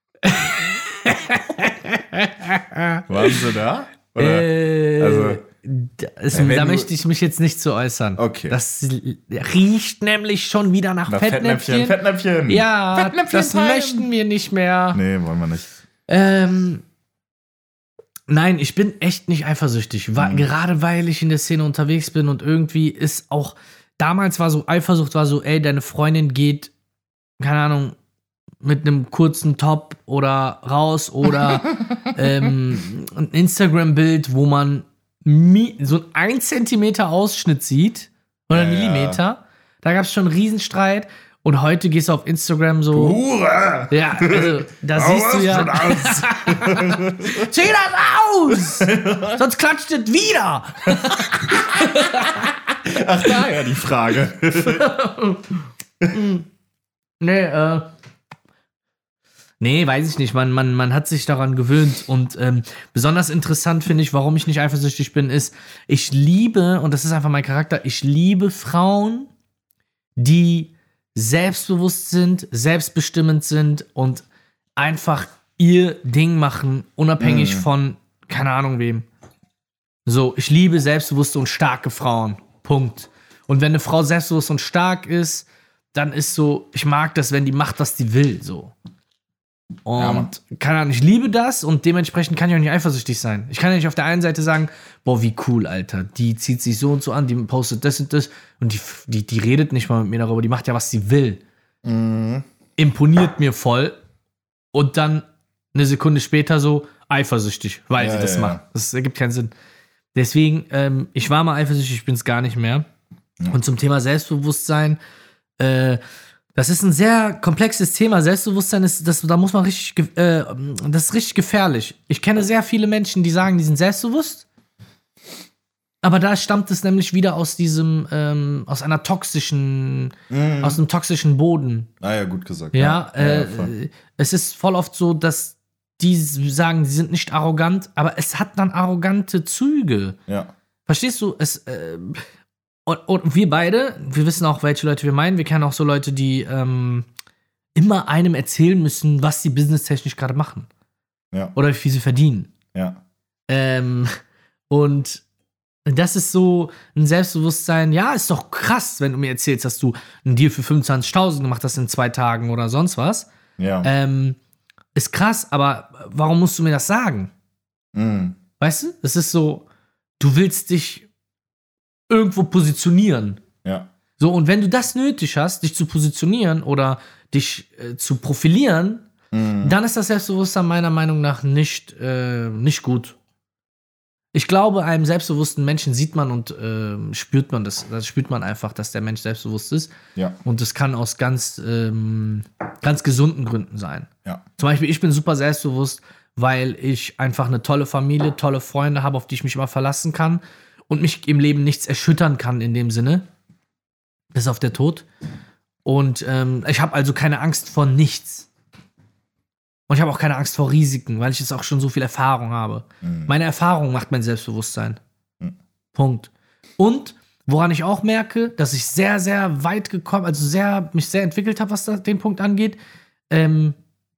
Waren sie da? Oder? Äh, also- da, ist, Ja, wenn da du- möchte ich mich jetzt nicht zu äußern. Okay. Das riecht nämlich schon wieder nach Na, Fettnäpfchen. Fettnäpfchen. Fettnäpfchen. Ja, Fettnäpfchen das time. möchten wir nicht mehr. Nee, wollen wir nicht. Ähm, nein, ich bin echt nicht eifersüchtig. Wa- Mhm. Gerade weil ich in der Szene unterwegs bin und irgendwie ist auch, damals war so, Eifersucht war so, ey, deine Freundin geht, keine Ahnung, mit einem kurzen Top oder raus oder ähm, ein Instagram-Bild, wo man mi- so ein Zentimeter Ausschnitt sieht oder Ja, ja. Millimeter. Da gab es schon einen Riesenstreit. Und heute gehst du auf Instagram so. Hure! Ja, also da Hau siehst du das ja. schon aus. Zieh das aus! Sonst klatscht es wieder! Ach, daher die Frage. Nee, äh. Nee, weiß ich nicht. Man, man, man hat sich daran gewöhnt. Und ähm, besonders interessant finde ich, warum ich nicht eifersüchtig bin, ist, ich liebe, und das ist einfach mein Charakter, ich liebe Frauen, die selbstbewusst sind, selbstbestimmend sind und einfach ihr Ding machen, unabhängig Mhm. von, keine Ahnung wem. So, ich liebe selbstbewusste und starke Frauen. Punkt. Und wenn eine Frau selbstbewusst und stark ist, dann ist so, ich mag das, wenn die macht, was die will, so. Ja, Mann. Und keine Ahnung, ich liebe das und dementsprechend kann ich auch nicht eifersüchtig sein. Ich kann ja nicht auf der einen Seite sagen, boah, wie cool, Alter. Die zieht sich so und so an, die postet das und das und die, die, die redet nicht mal mit mir darüber, die macht ja, was sie will. Mhm. Imponiert mir voll und dann eine Sekunde später so eifersüchtig, weil Ja, sie das ja, macht. ja. Das ergibt keinen Sinn. Deswegen, ähm, ich war mal eifersüchtig, ich bin es gar nicht mehr. Ja. Und zum Thema Selbstbewusstsein, äh, das ist ein sehr komplexes Thema. Selbstbewusstsein ist, das, da muss man richtig, ge- äh, das ist richtig gefährlich. Ich kenne sehr viele Menschen, die sagen, die sind selbstbewusst. Aber da stammt es nämlich wieder aus diesem, ähm, aus einer toxischen, Mhm. aus einem toxischen Boden. Ah ja, gut gesagt. Ja, äh, voll. es ist voll oft so, dass die sagen, sie sind nicht arrogant, aber es hat dann arrogante Züge. ja. Verstehst du? Es, äh, und, und wir beide, wir wissen auch, welche Leute wir meinen. Wir kennen auch so Leute, die ähm, immer einem erzählen müssen, was sie businesstechnisch gerade machen. Ja. Oder wie viel sie verdienen. Ja. Ähm, und das ist so ein Selbstbewusstsein. Ja, ist doch krass, wenn du mir erzählst, dass du einen Deal für fünfundzwanzigtausend gemacht hast in zwei Tagen oder sonst was. Ja. Ähm, ist krass, aber warum musst du mir das sagen? Mhm. Weißt du? Es ist so, du willst dich irgendwo positionieren. Ja. So, und wenn du das nötig hast, dich zu positionieren oder dich äh, zu profilieren, Mhm. dann ist das Selbstbewusstsein meiner Meinung nach nicht, äh, nicht gut. Ich glaube, einem selbstbewussten Menschen sieht man und ähm, spürt man das. Das spürt man einfach, dass der Mensch selbstbewusst ist. Ja. Und das kann aus ganz, ähm, ganz gesunden Gründen sein. Ja. Zum Beispiel, ich bin super selbstbewusst, weil ich einfach eine tolle Familie, tolle Freunde habe, auf die ich mich immer verlassen kann und mich im Leben nichts erschüttern kann in dem Sinne. Bis auf der Tod. Und ähm, ich habe also keine Angst vor nichts. Und ich habe auch keine Angst vor Risiken, weil ich jetzt auch schon so viel Erfahrung habe. Mhm. Meine Erfahrung macht mein Selbstbewusstsein. Mhm. Punkt. Und woran ich auch merke, dass ich sehr, sehr weit gekommen, also sehr, mich sehr entwickelt habe, was das, den Punkt angeht, ähm,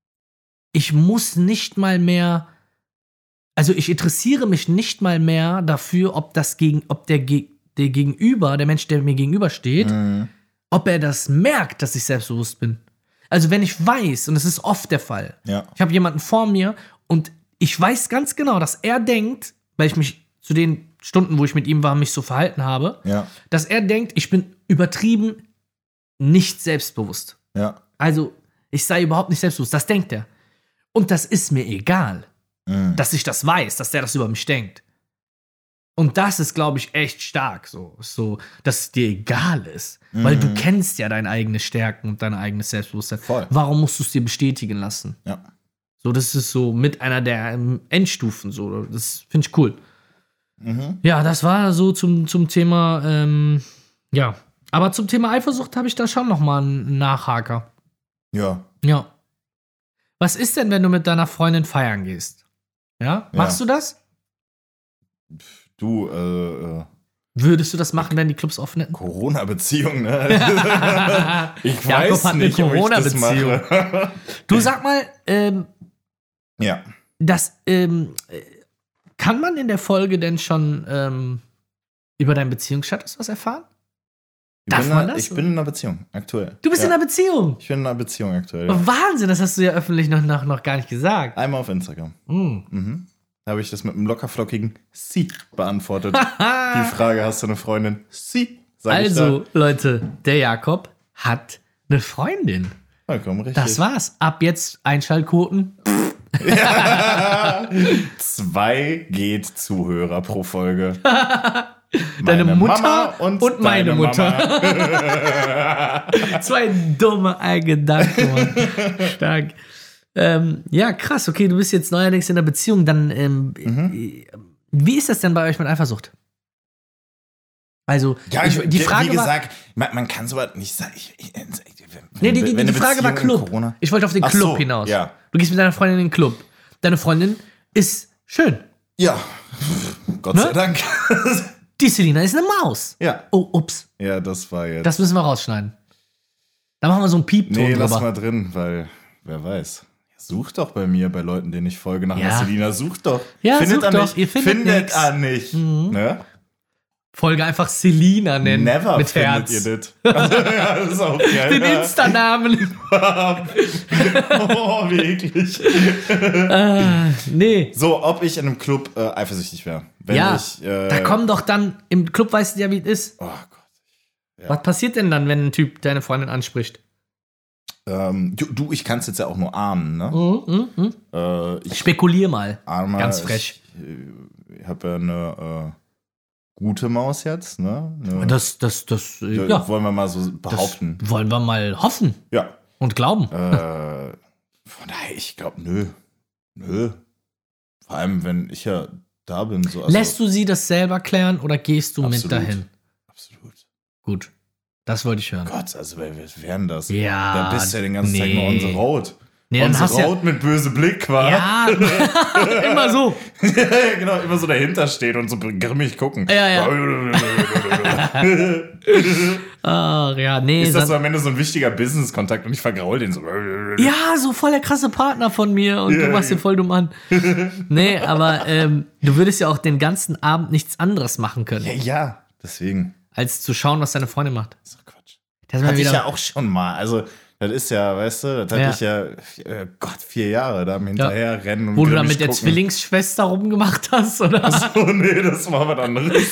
ich muss nicht mal mehr, also ich interessiere mich nicht mal mehr dafür, ob das gegen, ob der, Ge- der Gegenüber, der Mensch, der mir gegenübersteht, Mhm. ob er das merkt, dass ich selbstbewusst bin. Also wenn ich weiß, und das ist oft der Fall, Ja. ich habe jemanden vor mir und ich weiß ganz genau, dass er denkt, weil ich mich zu den Stunden, wo ich mit ihm war, mich so verhalten habe, Ja. dass er denkt, ich bin übertrieben nicht selbstbewusst. Ja. Also ich sei überhaupt nicht selbstbewusst. Das denkt er. Und das ist mir egal, Mhm. dass ich das weiß, dass der das über mich denkt. Und das ist, glaube ich, echt stark, so, so, dass es dir egal ist. Weil du kennst ja deine eigenen Stärken und dein eigenes Selbstbewusstsein. Voll. Warum musst du es dir bestätigen lassen? Ja. So, das ist so mit einer der ähm, Endstufen, so. Das finde ich cool. Mhm. Ja, das war so zum, zum Thema, ähm, ja. Aber zum Thema Eifersucht habe ich da schon noch mal einen Nachhaker. Ja. Ja. Was ist denn, wenn du mit deiner Freundin feiern gehst? Ja? Machst Ja. du das? Du, äh, äh, Würdest du das machen, wenn die Clubs offen hätten? Corona-Beziehung, ne? Ich Jakob weiß hat eine nicht, ob ich das Corona-Beziehung. mache. Du sag mal, ähm, Ja. das, ähm, äh, kann man in der Folge denn schon ähm, über deinen Beziehungsstatus was erfahren? Ich Darf bin man in- das? Ich bin in einer Beziehung, aktuell. Du bist ja. in einer Beziehung. Ich bin in einer Beziehung aktuell. Ja. Wahnsinn, das hast du ja öffentlich noch, noch, noch gar nicht gesagt. Einmal auf Instagram. Mm. Mhm. Da habe ich das mit einem lockerflockigen Sie beantwortet. Die Frage, hast du eine Freundin? Sie, sag Also, ich da. Leute, der Jakob hat eine Freundin. Vollkommen richtig. Das war's. Ab jetzt Einschaltquoten. Zwei geht Zuhörer pro Folge. Deine Meine Mutter Mama und, und meine deine Mutter. Mama. Zwei dumme Gedanken, Mann. Stark. Ähm, ja, krass. Okay, du bist jetzt neuerdings in einer Beziehung. Dann, ähm, Mhm. wie ist das denn bei euch mit Eifersucht? Also, Ja, ich, die Frage wie war, gesagt, man, man kann sowas nicht sagen. Ich, ich, wenn, nee, die, die, wenn die eine Frage war Beziehung in Club. Corona- Ich wollte auf den Ach Club so, hinaus. ja. Du gehst mit deiner Freundin in den Club. Deine Freundin ist schön. Ja, Gott Ne? sei Dank. Die Selina ist eine Maus. Ja. Oh, ups. Ja, das war jetzt. Das müssen wir rausschneiden. Da machen wir so einen Piepton nee, lass drüber. mal drin, weil wer weiß. Such doch bei mir, bei Leuten, denen ich folge, nach Ja. einer Selina. Sucht doch. Ja, findet sucht er doch. nicht. Ihr findet findet nix. er nicht. Mhm. Ne? Folge einfach Selina nennen. Never mit findet Herz. ihr das. Also, ja, das ist auch geil. Den Insta-Namen. Oh, wie eklig. ah, nee. So, ob ich in einem Club äh, eifersüchtig wäre. Wenn Ja, ich, äh, da kommen doch dann, im Club weißt du ja, wie es ist. Oh Gott. Was passiert denn dann, wenn ein Typ deine Freundin anspricht? Ähm, du, du, ich kann es jetzt ja auch nur ahnen, ne? Mhm, mhm, mhm. Äh, ich Spekulier mal. ahne mal, Ganz frech. Ich, ich habe ja eine äh, gute Maus jetzt, ne? Eine, Das, das, das, äh, ja, ja. wollen wir mal so Das behaupten. wollen wir mal hoffen Ja. und glauben. Äh, von daher, ich glaube, nö. Nö. Vor allem, wenn ich ja da bin. So, also, Lässt du sie das selber klären oder gehst du Absolut. mit dahin? Absolut. Gut. Das wollte ich hören. Gott, also wer, wer wären das? Ja, Da bist du ja den ganzen Tag nee. nur on the road. Nee, on dann the hast du ja- road mit böse Blick, war. Ja, immer so. Genau, immer so dahinter steht und so grimmig gucken. Ja, ja. Ach ja, nee. Ist das so san- am Ende so ein wichtiger Business-Kontakt und ich vergraul den so. ja, so voll der krasse Partner von mir und Ja, du machst ja. den voll dumm an. Nee, aber ähm, du würdest ja auch den ganzen Abend nichts anderes machen können, Ja, ja, deswegen. als zu schauen, was deine Freundin macht. Das ist doch Quatsch. Das ist mal Hatte ich wieder, ja auch schon mal. Also, das ist ja, weißt du, das hatte Ja. ich ja, äh, Gott, vier Jahre da am hinterher rennen und wo du dann grimmig mit der gucken. Zwillingsschwester rumgemacht hast, oder? Oh nee, das war was anderes.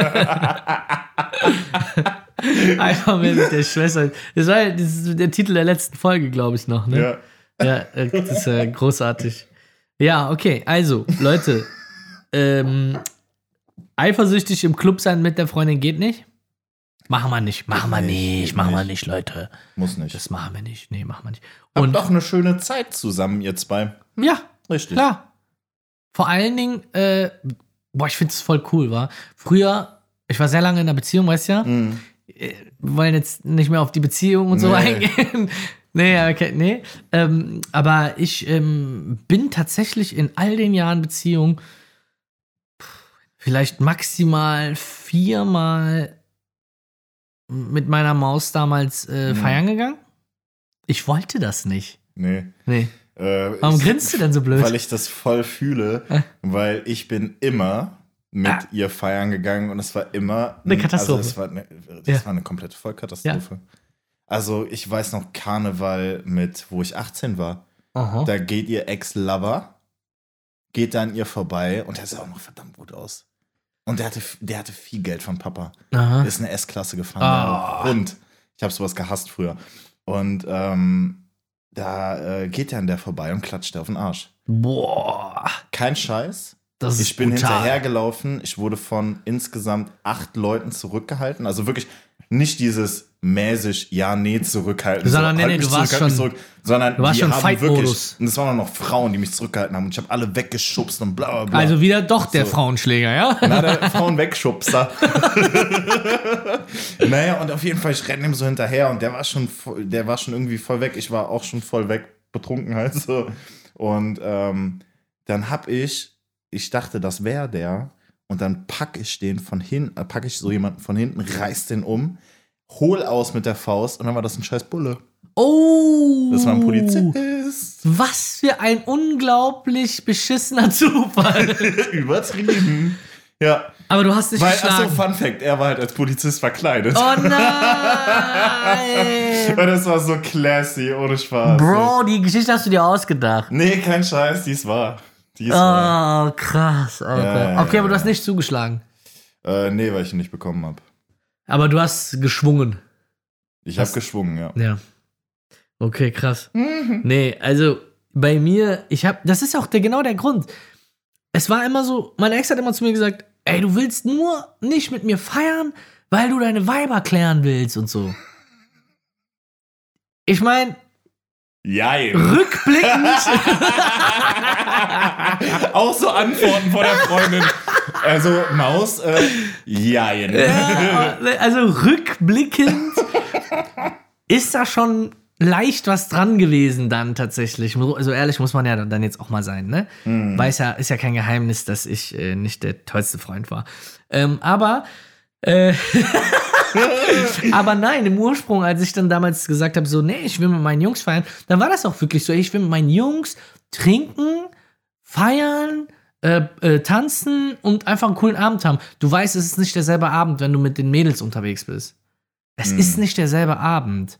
Einfach mit der Schwester. Das war ja das ist der Titel der letzten Folge, glaube ich, noch, ne? ja. Ja, äh, das ist ja großartig. Ja, okay, also, Leute, ähm, eifersüchtig im Club sein mit der Freundin geht nicht? Machen wir nicht, machen wir Geht nicht, nicht, geht machen wir nicht. nicht, Leute. Muss nicht. Das machen wir nicht, nee, machen wir nicht. Habt Und doch eine schöne Zeit zusammen, ihr zwei. ja, Richtig. klar. Vor allen Dingen, äh, boah, ich finde es voll cool, war. Früher, ich war sehr lange in einer Beziehung, weißt du ja? Mhm. Wir wollen jetzt nicht mehr auf die Beziehung und so Nee. eingehen. Nee, okay, nee. Ähm, aber ich ähm, bin tatsächlich in all den Jahren Beziehung vielleicht maximal viermal mit meiner Maus damals äh, Mhm. feiern gegangen. Ich wollte das nicht. Nee. Nee. Äh, Warum ich- grinst du denn so blöd? Weil ich das voll fühle, Äh. weil ich bin immer mit Ah. ihr feiern gegangen und es war immer Eine Katastrophe. Also es war eine, das Ja. war eine komplette Vollkatastrophe. Also ich weiß noch Karneval mit, wo ich achtzehn war. Aha. Da geht ihr Ex-Lover, geht an ihr vorbei und der sah auch noch verdammt gut aus. Und der hatte, der hatte viel Geld von Papa. Aha. Der ist eine S-Klasse gefahren. Ah. Der Hund. Ich habe sowas gehasst früher. Und ähm, da äh, geht er an der vorbei und klatscht der auf den Arsch. Boah, Kein Scheiß. das ist Ich bin brutal. hinterhergelaufen. Ich wurde von insgesamt acht Leuten zurückgehalten. Also wirklich nicht dieses mäßig, ja, nee, zurückhalten. Sondern, nee, nee, mich du warst zurück, halt mich schon- zurück, sondern du warst die schon haben Fight-Modus. wirklich, und es waren auch noch Frauen, die mich zurückgehalten haben. Und ich habe alle weggeschubst und bla bla bla. Also wieder doch der So. Frauenschläger, ja? Na, der Frauenwegschubser. Naja, und auf jeden Fall, ich renne ihm so hinterher und der war schon voll, der war schon irgendwie voll weg. Ich war auch schon voll weg, betrunken halt so. Und ähm, dann hab ich, ich dachte, das wäre der. Und dann pack ich den von hinten, äh, pack ich so jemanden von hinten, reiß den um, hol aus mit der Faust und dann war das ein scheiß Bulle. Oh! Das war ein Polizist. Was für ein unglaublich beschissener Zufall. Übertrieben. Ja. Aber du hast dich Weil, geschlagen. achso, Fun Fact, er war halt als Polizist verkleidet. Oh nein! Und das war so classy, ohne Spaß. Bro, die Geschichte hast du dir ausgedacht. Nee, kein Scheiß, dies war. Dies war. Oh, krass, Alter. Ja, ja, okay, aber du ja. hast nicht zugeschlagen. Äh, nee, weil ich ihn nicht bekommen habe. Aber du hast geschwungen. Ich habe Was? geschwungen, ja. Ja. Okay, krass. Nee, also bei mir, ich habe, das ist auch der, genau der Grund. Es war immer so, meine Ex hat immer zu mir gesagt, ey, du willst nur nicht mit mir feiern, weil du deine Weiber klären willst und so. Ich meine, Jein. rückblickend, Auch so Antworten von der Freundin. Also, Maus, äh, jein. ja, also rückblickend ist da schon leicht was dran gewesen dann tatsächlich. Also ehrlich muss man ja dann jetzt auch mal sein, ne? Mhm. Weiß ja, ist ja kein Geheimnis, dass ich äh, nicht der tollste Freund war. Ähm, aber äh, aber nein, im Ursprung, als ich dann damals gesagt habe, so, nee, ich will mit meinen Jungs feiern, dann war das auch wirklich so, ich will mit meinen Jungs trinken, feiern, äh, äh, tanzen und einfach einen coolen Abend haben. Du weißt, es ist nicht derselbe Abend, wenn du mit den Mädels unterwegs bist. Es Hm. ist nicht derselbe Abend.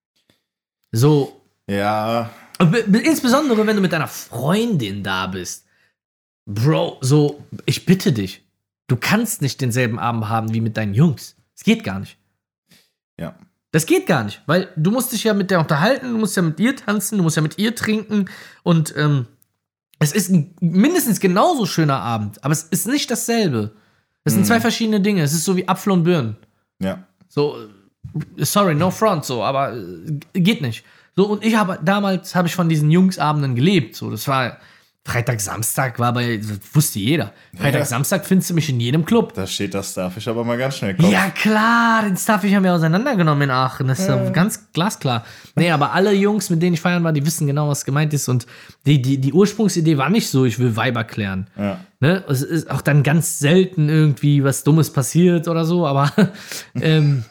So, Ja, be- be- insbesondere wenn du mit deiner Freundin da bist. Bro, so, ich bitte dich, du kannst nicht denselben Abend haben wie mit deinen Jungs. Es geht gar nicht. ja. Das geht gar nicht, weil du musst dich ja mit der unterhalten, du musst ja mit ihr tanzen, du musst ja mit ihr trinken und ähm, es ist ein mindestens genauso schöner Abend, aber es ist nicht dasselbe. Es sind Mhm. zwei verschiedene Dinge. Es ist so wie Apfel und Birnen. Ja. So, äh, sorry, no front, so, aber äh, geht nicht. So, und ich habe damals habe ich von diesen Jungsabenden gelebt. So, das war Freitag, Samstag war bei, das wusste jeder. Freitag, Ja. Samstag findest du mich in jedem Club. Da steht das Starfish aber mal ganz schnell Kopf. Ja, klar, den Starfish haben wir auseinandergenommen in Aachen. Das ist ja ganz glasklar. Nee, aber alle Jungs, mit denen ich feiern war, die wissen genau, was gemeint ist. Und die, die, die Ursprungsidee war nicht so, ich will Weiber klären. Ja. Ne? Es ist auch dann ganz selten irgendwie was Dummes passiert oder so, aber ähm,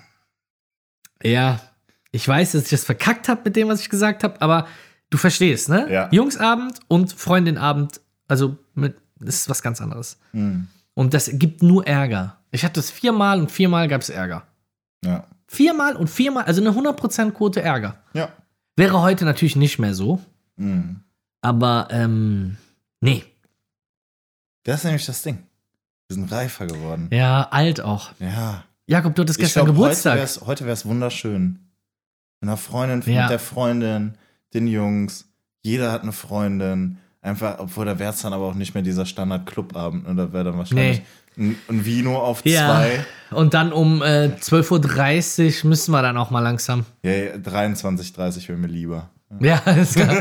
ja, ich weiß, dass ich das verkackt habe mit dem, was ich gesagt habe, aber du verstehst, ne? Ja. Jungsabend und Freundinabend, also mit, das ist was ganz anderes. Mhm. Und das gibt nur Ärger. Ich hatte es viermal und viermal gab es Ärger. Ja. Viermal und viermal, also eine hundert Prozent Quote Ärger. Ja. Wäre heute natürlich nicht mehr so, Mhm. aber ähm, nee. Das ist nämlich das Ding. Wir sind reifer geworden. Ja, alt auch. Ja. Jakob, du hattest Ich gestern glaub, Geburtstag. Heute wäre es wunderschön. Mit einer Freundin, Ja. mit der Freundin, den Jungs. Jeder hat eine Freundin. Einfach, obwohl da wäre es dann aber auch nicht mehr dieser Standard-Clubabend. Ne? Da wäre dann wahrscheinlich ein, ein Vino auf Ja. zwei. Und dann um äh, zwölf Uhr dreißig müssen wir dann auch mal langsam. Ja, ja, dreiundzwanzig dreißig wäre mir lieber. Ja, ist klar.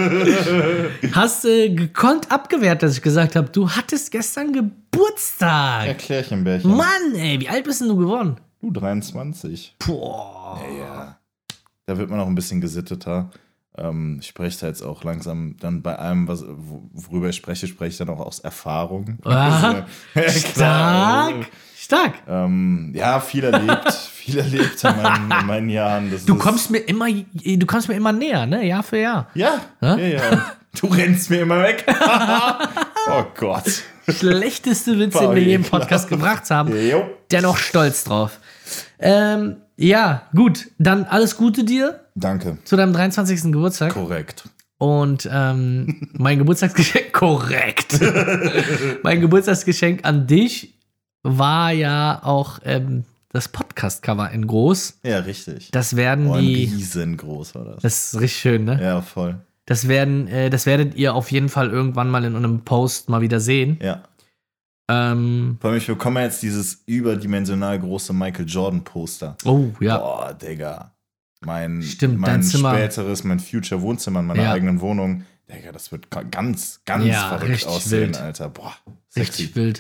Hast äh, gekonnt abgewehrt, dass ich gesagt habe, du hattest gestern Geburtstag. Erklärchenbärchen. Mann, ey, wie alt bist denn du geworden? Du, dreiundzwanzig. Boah. Ja, ja. Da wird man auch ein bisschen gesitteter. Ähm, ich spreche da jetzt auch langsam dann bei allem, was, worüber ich spreche, spreche ich dann auch aus Erfahrung. Ah, Ja, klar. Stark. Stark. Ähm, ja, viel erlebt. viel erlebt in meinen, in meinen Jahren. Das Du ist, kommst mir immer, du kommst mir immer näher, ne? Jahr für Jahr. Ja, ja, Hä? ja. Du rennst mir immer weg. Oh Gott. Schlechteste Witz, den Pauli, wir je im klar. Podcast gebracht haben. Jo. Dennoch stolz drauf. Ähm, ja, gut. Dann alles Gute dir Danke. zu deinem dreiundzwanzigsten Geburtstag. Korrekt. Und ähm, mein Geburtstagsgeschenk, korrekt. Mein Geburtstagsgeschenk an dich war ja auch ähm, das Podcast-Cover in groß. Ja, richtig. Das werden Oh, ein die. riesengroß war das. Das ist richtig schön, ne? Ja, voll. Das werden, äh, das werdet ihr auf jeden Fall irgendwann mal in einem Post mal wieder sehen. Ja. Ähm, Vor allem, ich bekomme jetzt dieses überdimensional große Michael Jordan-Poster. oh, ja. Boah, Digga. Mein, Stimmt, mein dein Zimmer. späteres, mein Future-Wohnzimmer in meiner Ja. eigenen Wohnung. Digga, das wird ka- ganz, ganz Ja, verrückt richtig aussehen, wild. Alter. Boah, sexy. Richtig wild.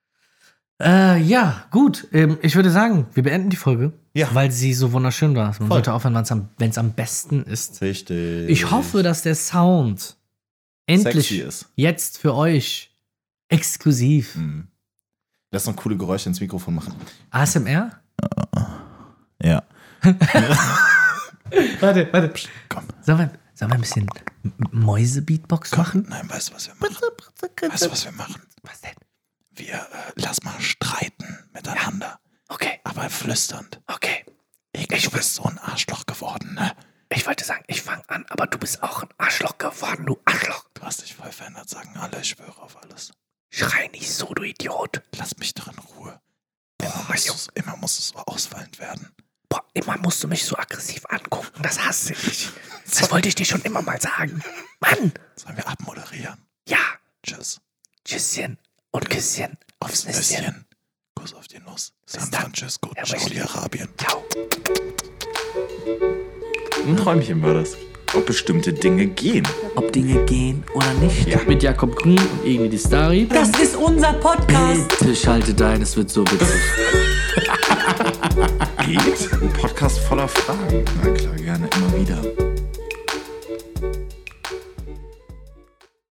Äh, ja, gut. Ähm, ich würde sagen, wir beenden die Folge, Ja. weil sie so wunderschön war. Man Voll. sollte aufhören, wenn es am besten ist. Richtig. Ich hoffe, dass der Sound endlich Sexy ist. jetzt für euch exklusiv. Mhm. Lass noch coole Geräusche ins Mikrofon machen. A S M R? Ja. Warte, warte. Komm. Sollen wir, sollen wir ein bisschen M- Mäuse-Beatbox machen? Nein, weißt du, was wir machen? Weißt du, was wir machen? Was denn? Wir, äh, lass mal streiten miteinander. Okay, Aber flüsternd. okay. Ich, du bist so ein Arschloch geworden, ne? Ich wollte sagen, ich fange an, aber du bist auch ein Arschloch geworden, du Arschloch. Du hast dich voll verändert, sagen alle, ich schwöre auf alles. Schrei nicht so, du Idiot. Lass mich doch in Ruhe. Boah, Immer, mein muss Junge. es, immer muss es so ausfallend werden. Boah, immer musst du mich so aggressiv angucken, das hasse ich. Das wollte ich dir schon immer mal sagen. Mann! Sollen wir abmoderieren? Ja, Tschüss. Tschüsschen und Küsschen. Aufs Nüsschen. Kuss auf die Nuss. San Francisco, Saudi-Arabien. Ciao. Ein Träumchen war das. Ob bestimmte Dinge gehen. Ob Dinge gehen oder nicht. Ja. Mit Jakob Grün und Egli die Stari. Das ist unser Podcast. Bitte schaltet ein, es wird so witzig. Geht? Ein Podcast voller Fragen. Na klar, gerne immer wieder.